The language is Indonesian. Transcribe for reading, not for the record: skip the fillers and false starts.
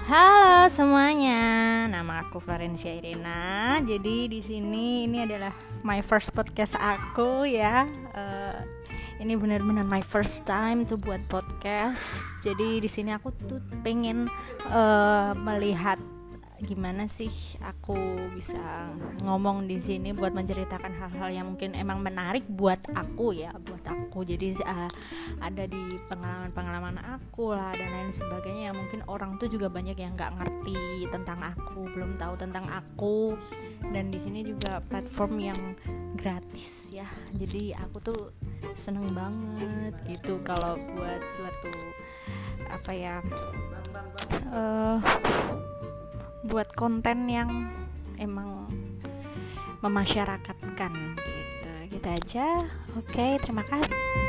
Halo semuanya, nama aku Florencia Irena. Jadi di sini ini adalah my first podcast aku ya. Ini benar-benar my first time tuh buat podcast. Jadi di sini aku tuh pengen melihat gimana sih aku bisa ngomong di sini buat menceritakan hal-hal yang mungkin emang menarik buat aku ya, buat aku. Jadi ada di pengalaman-pengalaman aku lah dan lain sebagainya yang mungkin orang tuh juga banyak yang nggak ngerti tentang aku, belum tahu tentang aku. Dan di sini juga platform yang gratis ya. Jadi aku tuh seneng banget gitu kalau buat suatu buat konten yang emang memasyarakatkan gitu aja. Oke, terima kasih.